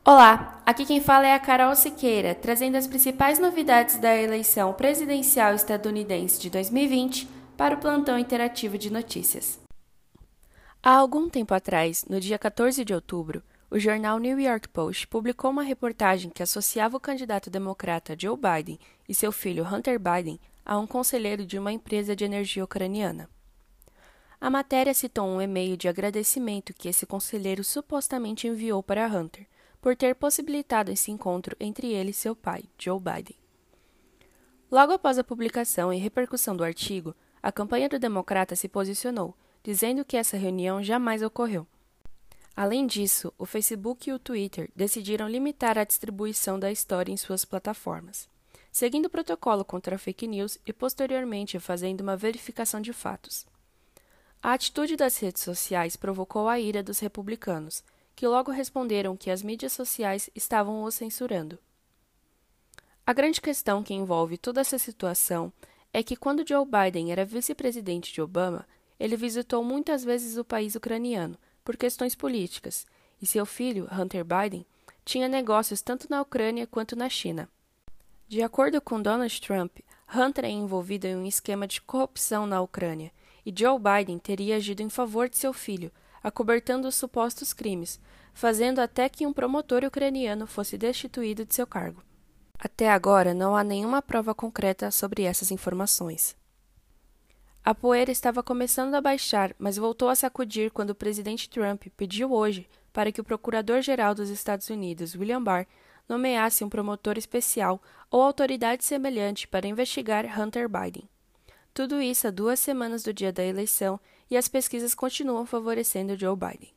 Olá, aqui quem fala é a Carol Siqueira, trazendo as principais novidades da eleição presidencial estadunidense de 2020 para o plantão interativo de notícias. Há algum tempo atrás, no dia 14 de outubro, o jornal New York Post publicou uma reportagem que associava o candidato democrata Joe Biden e seu filho Hunter Biden a um conselheiro de uma empresa de energia ucraniana. A matéria citou um e-mail de agradecimento que esse conselheiro supostamente enviou para Hunter, por ter possibilitado esse encontro entre ele e seu pai, Joe Biden. Logo após a publicação e repercussão do artigo, a campanha do democrata se posicionou, dizendo que essa reunião jamais ocorreu. Além disso, o Facebook e o Twitter decidiram limitar a distribuição da história em suas plataformas, seguindo o protocolo contra a fake news e posteriormente fazendo uma verificação de fatos. A atitude das redes sociais provocou a ira dos republicanos, que logo responderam que as mídias sociais estavam o censurando. A grande questão que envolve toda essa situação é que quando Joe Biden era vice-presidente de Obama, ele visitou muitas vezes o país ucraniano por questões políticas, e seu filho, Hunter Biden, tinha negócios tanto na Ucrânia quanto na China. De acordo com Donald Trump, Hunter é envolvido em um esquema de corrupção na Ucrânia, e Joe Biden teria agido em favor de seu filho, acobertando os supostos crimes, fazendo até que um promotor ucraniano fosse destituído de seu cargo. Até agora, não há nenhuma prova concreta sobre essas informações. A poeira estava começando a baixar, mas voltou a sacudir quando o presidente Trump pediu hoje para que o procurador-geral dos Estados Unidos, William Barr, nomeasse um promotor especial ou autoridade semelhante para investigar Hunter Biden. Tudo isso há 2 semanas do dia da eleição e as pesquisas continuam favorecendo Joe Biden.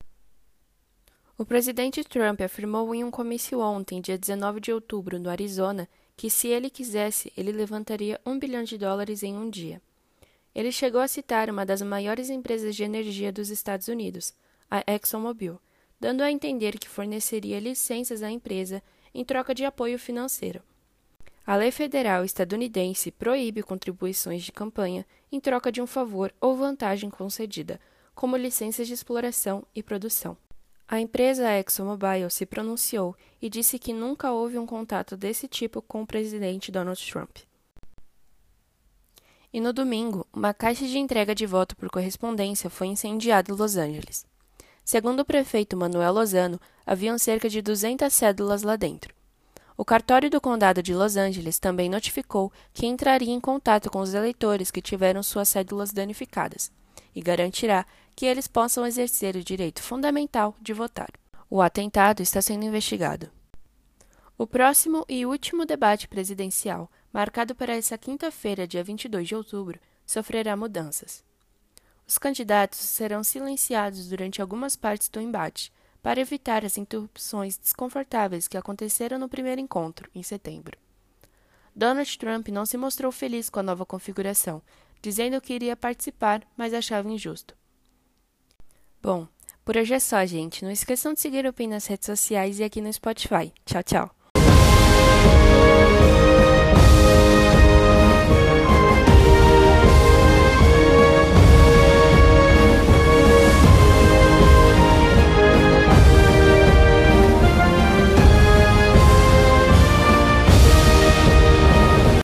O presidente Trump afirmou em um comício ontem, dia 19 de outubro, no Arizona, que se ele quisesse, ele levantaria $1 bilhão em um dia. Ele chegou a citar uma das maiores empresas de energia dos Estados Unidos, a ExxonMobil, dando a entender que forneceria licenças à empresa em troca de apoio financeiro. A lei federal estadunidense proíbe contribuições de campanha em troca de um favor ou vantagem concedida, como licenças de exploração e produção. A empresa ExxonMobil se pronunciou e disse que nunca houve um contato desse tipo com o presidente Donald Trump. E no domingo, uma caixa de entrega de voto por correspondência foi incendiada em Los Angeles. Segundo o prefeito Manuel Lozano, haviam cerca de 200 cédulas lá dentro. O cartório do Condado de Los Angeles também notificou que entraria em contato com os eleitores que tiveram suas cédulas danificadas e garantirá que eles possam exercer o direito fundamental de votar. O atentado está sendo investigado. O próximo e último debate presidencial, marcado para essa quinta-feira, dia 22 de outubro, sofrerá mudanças. Os candidatos serão silenciados durante algumas partes do embate, para evitar as interrupções desconfortáveis que aconteceram no primeiro encontro, em setembro. Donald Trump não se mostrou feliz com a nova configuração, dizendo que iria participar, mas achava injusto. Bom, por hoje é só, gente. Não esqueçam de seguir o PIN nas redes sociais e aqui no Spotify. Tchau, tchau!